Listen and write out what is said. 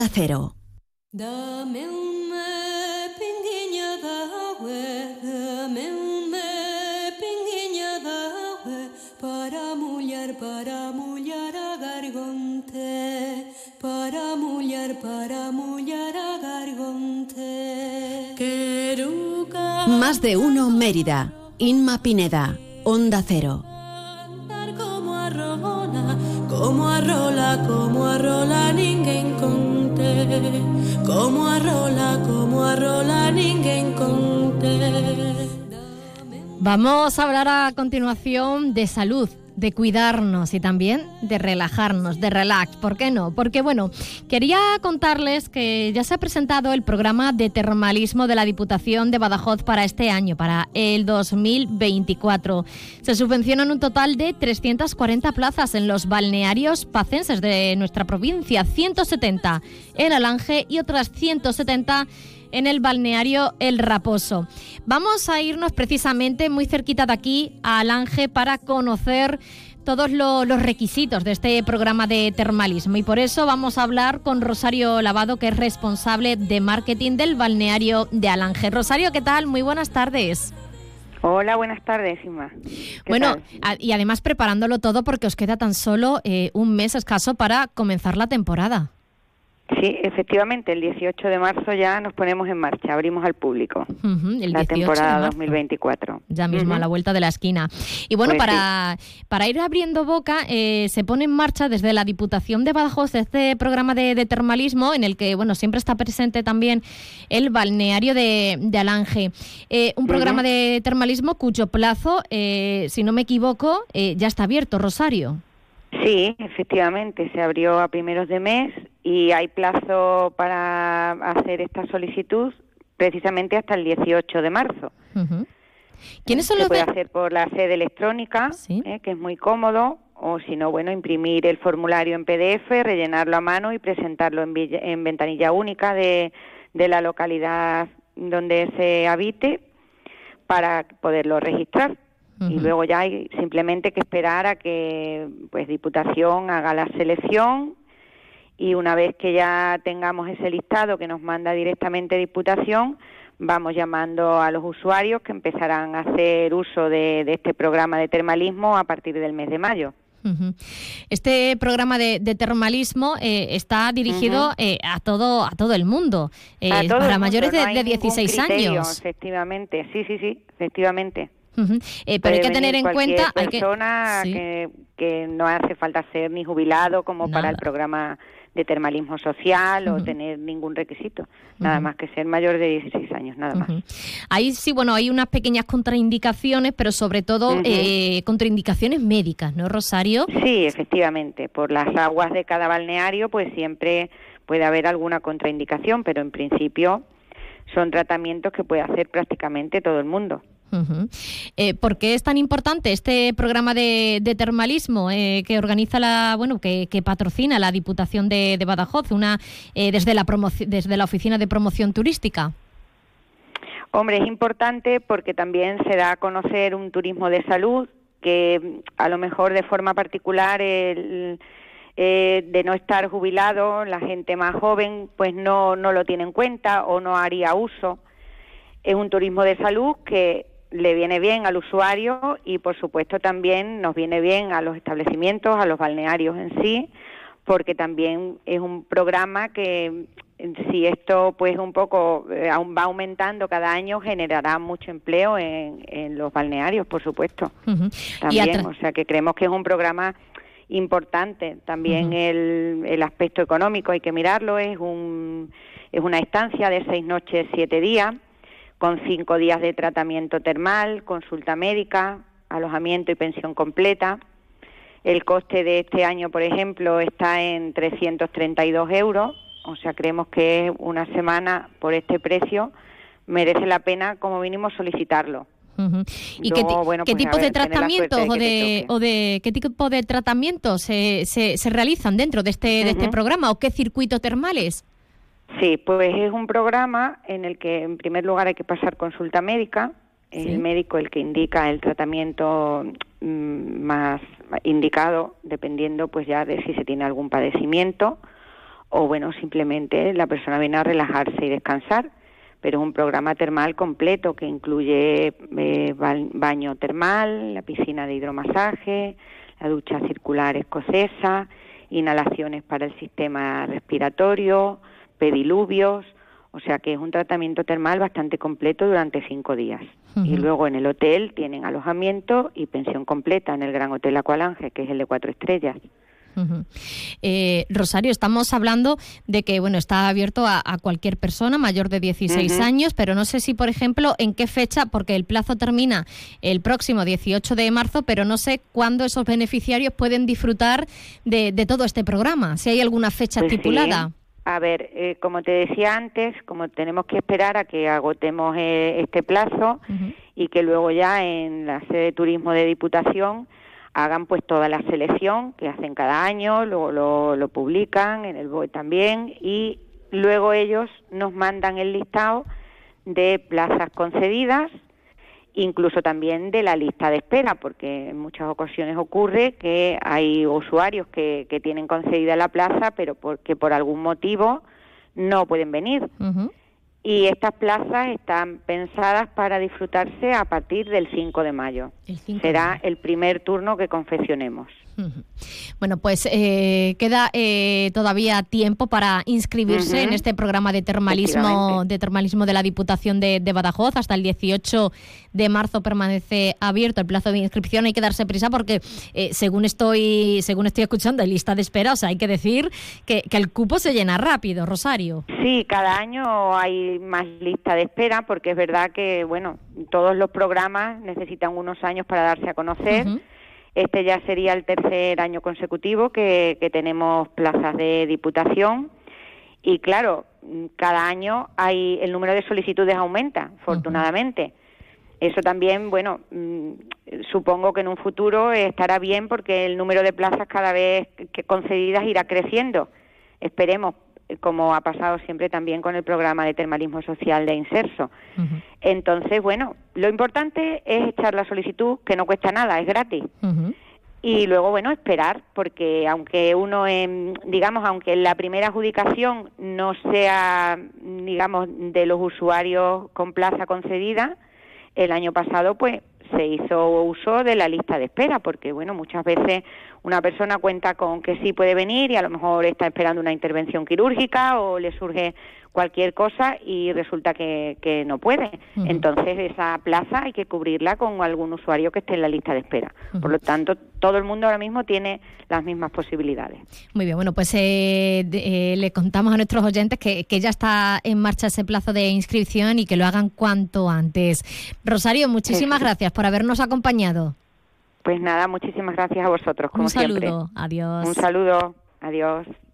Cero. Dame una pinguinha d'água, dame una pinguinha d'água para molhar a garganta, para molhar a garganta. Más de uno Mérida. Inma Pineda, Onda Cero. Como arrola ninguén conte, como arrola ninguén conte. Vamos a hablar a continuación de salud, de cuidarnos y también de relajarnos, de relax. ¿Por qué no? Porque, bueno, quería contarles que ya se ha presentado el programa de termalismo de la Diputación de Badajoz para este año, para el 2024. Se subvencionan un total de 340 plazas en los balnearios pacenses de nuestra provincia, 170 en Alange y otras 170 en el balneario El Raposo. Vamos a irnos precisamente muy cerquita de aquí a Alange para conocer todos los requisitos de este programa de termalismo, y por eso vamos a hablar con Rosario Lavado, que es responsable de marketing del balneario de Alange. Rosario, ¿qué tal? Muy buenas tardes. Hola, buenas tardes, Inma. Bueno, y además preparándolo todo porque os queda tan solo un mes escaso para comenzar la temporada. Sí, efectivamente, el 18 de marzo ya nos ponemos en marcha, abrimos al público la temporada 2024. Ya mismo a la vuelta de la esquina. Y bueno, Pues para ir abriendo boca, se pone en marcha desde la Diputación de Badajoz este programa de termalismo en el que, bueno, siempre está presente también el balneario de Alange. Un programa de termalismo cuyo plazo, si no me equivoco, ya está abierto, Rosario. Sí, efectivamente, se abrió a primeros de mes y hay plazo para hacer esta solicitud precisamente hasta el 18 de marzo. ¿Quiénes son se los puede hacer por la sede electrónica, ¿Sí? Que es muy cómodo, o si no, bueno, imprimir el formulario en PDF, rellenarlo a mano y presentarlo en ventanilla única de la localidad donde se habite para poderlo registrar. Y luego ya hay simplemente que esperar a que pues Diputación haga la selección, y una vez que ya tengamos ese listado que nos manda directamente Diputación, vamos llamando a los usuarios que empezarán a hacer uso de este programa de termalismo a partir del mes de mayo. Este programa de termalismo está dirigido a todo el mundo, para mayores de 16 años. Efectivamente, sí, efectivamente. Pero hay que tener en cuenta persona que no hace falta ser ni jubilado como para el programa de termalismo social o tener ningún requisito, nada más que ser mayor de 16 años, nada más. Ahí sí, bueno, hay unas pequeñas contraindicaciones, pero sobre todo contraindicaciones médicas, ¿no, Rosario? Sí, efectivamente, por las aguas de cada balneario pues siempre puede haber alguna contraindicación, pero en principio son tratamientos que puede hacer prácticamente todo el mundo. ¿Por qué es tan importante este programa de termalismo que organiza que patrocina la Diputación de Badajoz, desde la Oficina de Promoción Turística? Hombre, es importante porque también se da a conocer un turismo de salud que a lo mejor de forma particular de no estar jubilado, la gente más joven pues no lo tiene en cuenta o no haría uso. Es un turismo de salud que le viene bien al usuario y por supuesto también nos viene bien a los establecimientos, a los balnearios en sí, porque también es un programa que si esto pues un poco va aumentando cada año, generará mucho empleo en los balnearios, por supuesto. También, o sea que creemos que es un programa importante. También el aspecto económico hay que mirarlo, es una estancia de 6 noches, 7 días, con 5 días de tratamiento termal, consulta médica, alojamiento y pensión completa. El coste de este año, por ejemplo, está en 332 euros, o sea, creemos que una semana por este precio merece la pena como mínimo solicitarlo. ¿Y qué tipo de tratamientos qué tipo de tratamientos se realizan dentro de este programa, o qué circuitos termales? Sí, pues es un programa en el que en primer lugar hay que pasar consulta médica, es el médico el que indica el tratamiento más indicado, dependiendo pues ya de si se tiene algún padecimiento o bueno, simplemente la persona viene a relajarse y descansar, pero es un programa termal completo que incluye baño termal, la piscina de hidromasaje, la ducha circular escocesa, inhalaciones para el sistema respiratorio, pediluvios, o sea que es un tratamiento termal bastante completo durante 5 días. Uh-huh. Y luego en el hotel tienen alojamiento y pensión completa en el Gran Hotel Aqualange, que es el de 4 estrellas. Uh-huh. Rosario, estamos hablando de que está abierto a cualquier persona mayor de 16 uh-huh. años, pero no sé si, por ejemplo, en qué fecha, porque el plazo termina el próximo 18 de marzo, pero no sé cuándo esos beneficiarios pueden disfrutar de todo este programa, si hay alguna fecha pues estipulada. Sí. A ver, como te decía antes, como tenemos que esperar a que agotemos este plazo uh-huh. y que luego ya en la sede de turismo de Diputación hagan pues toda la selección que hacen cada año, luego lo publican en el BOE también, y luego ellos nos mandan el listado de plazas concedidas, incluso también de la lista de espera, porque en muchas ocasiones ocurre que hay usuarios que tienen concedida la plaza, pero porque por algún motivo no pueden venir. Uh-huh. Y estas plazas están pensadas para disfrutarse a partir del 5 de mayo. Será el primer turno que confeccionemos. Uh-huh. Bueno, pues queda todavía tiempo para inscribirse uh-huh. en este programa de termalismo de la Diputación de Badajoz. Hasta el 18 de marzo permanece abierto el plazo de inscripción. Hay que darse prisa porque según estoy escuchando, hay lista de espera. O sea, hay que decir que el cupo se llena rápido, Rosario. Sí, cada año hay más lista de espera, porque es verdad que todos los programas necesitan unos años para darse a conocer. Uh-huh. Este ya sería el tercer año consecutivo que tenemos plazas de Diputación, y claro, cada año el número de solicitudes aumenta, afortunadamente. Uh-huh. Eso también, supongo que en un futuro estará bien, porque el número de plazas cada vez que concedidas irá creciendo. Esperemos, como ha pasado siempre también con el programa de termalismo social de Inserso. Uh-huh. Entonces, lo importante es echar la solicitud, que no cuesta nada, es gratis. Uh-huh. Y luego, esperar, porque aunque aunque la primera adjudicación no sea, de los usuarios con plaza concedida, el año pasado, se hizo uso de la lista de espera, porque muchas veces una persona cuenta con que sí puede venir y a lo mejor está esperando una intervención quirúrgica o le surge cualquier cosa y resulta que no puede. Uh-huh. Entonces esa plaza hay que cubrirla con algún usuario que esté en la lista de espera. Uh-huh. Por lo tanto, todo el mundo ahora mismo tiene las mismas posibilidades. Muy bien, pues le contamos a nuestros oyentes que ya está en marcha ese plazo de inscripción y que lo hagan cuanto antes. Rosario, muchísimas gracias por habernos acompañado. Pues nada, muchísimas gracias a vosotros, como siempre. Un saludo, adiós. Un saludo, adiós.